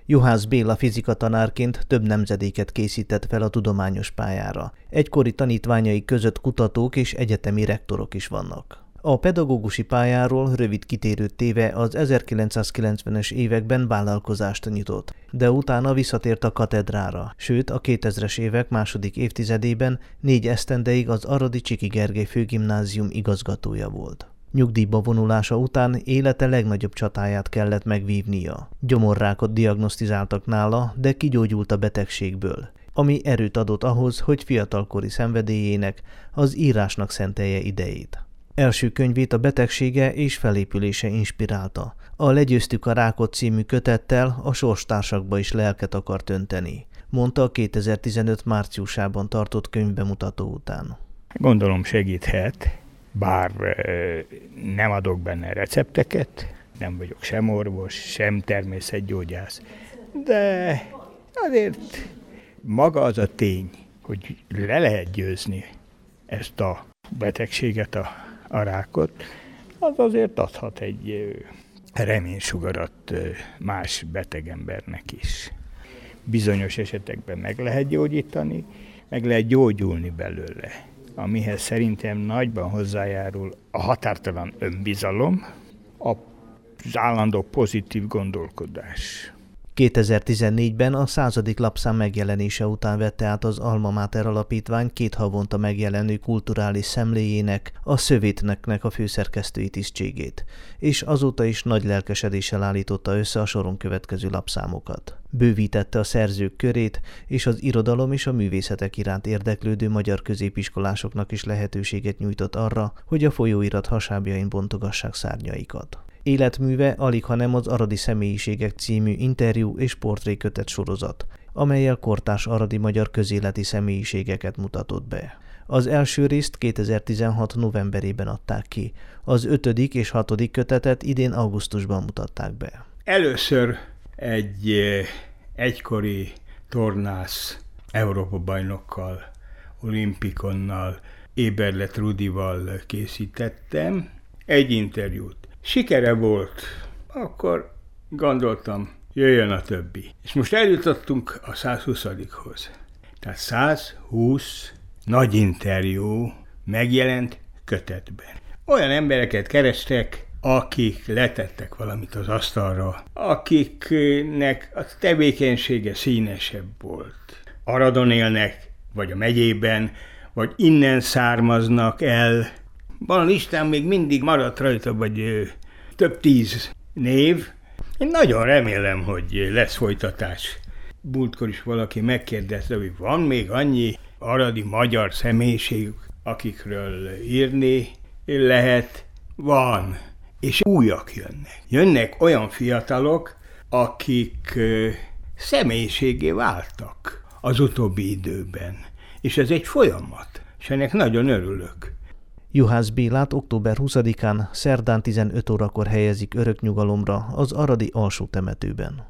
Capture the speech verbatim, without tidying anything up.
Juhász Béla fizikatanárként több nemzedéket készített fel a tudományos pályára. Egykori tanítványai között kutatók és egyetemi rektorok is vannak. A pedagógusi pályáról rövid kitérőt téve az ezerkilencszázkilencvenes években vállalkozást nyitott, de utána visszatért a katedrára, sőt a kétezres évek második évtizedében négy esztendeig az aradi Csiki Gergely Főgimnázium igazgatója volt. Nyugdíjba vonulása után élete legnagyobb csatáját kellett megvívnia. Gyomorrákot diagnosztizáltak nála, de kigyógyult a betegségből, ami erőt adott ahhoz, hogy fiatalkori szenvedélyének, az írásnak szentelje idejét. Első könyvét a betegsége és felépülése inspirálta. A Legyőztük a rákot című kötettel a sorstársakba is lelket akart önteni, mondta a kétezer-tizenöt márciusában tartott könyvbemutató után. Gondolom segíthet, bár nem adok benne recepteket, nem vagyok sem orvos, sem természetgyógyász, de azért maga az a tény, hogy le lehet győzni ezt a betegséget, a, a rákot, az azért adhat egy reménysugarat más betegembernek is. Bizonyos esetekben meg lehet gyógyítani, meg lehet gyógyulni belőle, amihez szerintem nagyban hozzájárul a határtalan önbizalom, az állandó pozitív gondolkodás. kétezer-tizennégyben a századik lapszám megjelenése után vette át az Alma Mater Alapítvány két havonta megjelenő kulturális szemléjének, a Szövétnek a főszerkesztői tisztségét, és azóta is nagy lelkesedéssel állította össze a soron következő lapszámokat. Bővítette a szerzők körét, és az irodalom és a művészetek iránt érdeklődő magyar középiskolásoknak is lehetőséget nyújtott arra, hogy a folyóirat hasábjain bontogassák szárnyaikat. Életműve alighanem az Aradi személyiségek című interjú és portrékötet sorozat, amellyel kortárs aradi magyar közéleti személyiségeket mutatott be. Az első részt kétezer-tizenhat novemberében adták ki, az ötödik és hatodik kötetet idén augusztusban mutatták be. Először egy egykori tornász Európa-bajnokkal, olimpikonnal, Éberlet Rudival készítettem egy interjút. Sikere volt, akkor gondoltam, jöjjön a többi. És most eljutottunk a százhuszadikhoz. Tehát százhúsz nagy interjú megjelent kötetben. Olyan embereket kerestek, akik letettek valamit az asztalra, akiknek a tevékenysége színesebb volt. Aradon élnek, vagy a megyében, vagy innen származnak el. Van a listán még mindig maradt rajta, vagy ö, több tíz név. Én nagyon remélem, hogy lesz folytatás. Múltkor is valaki megkérdezte, hogy van még annyi aradi magyar személyiség, akikről írni lehet. Van. És újak jönnek. Jönnek olyan fiatalok, akik ö, személyiségé váltak az utóbbi időben. És ez egy folyamat, és ennek nagyon örülök. Juhász Bélát október huszadikán szerdán tizenöt órakor helyezik örök nyugalomra az aradi alsó temetőben.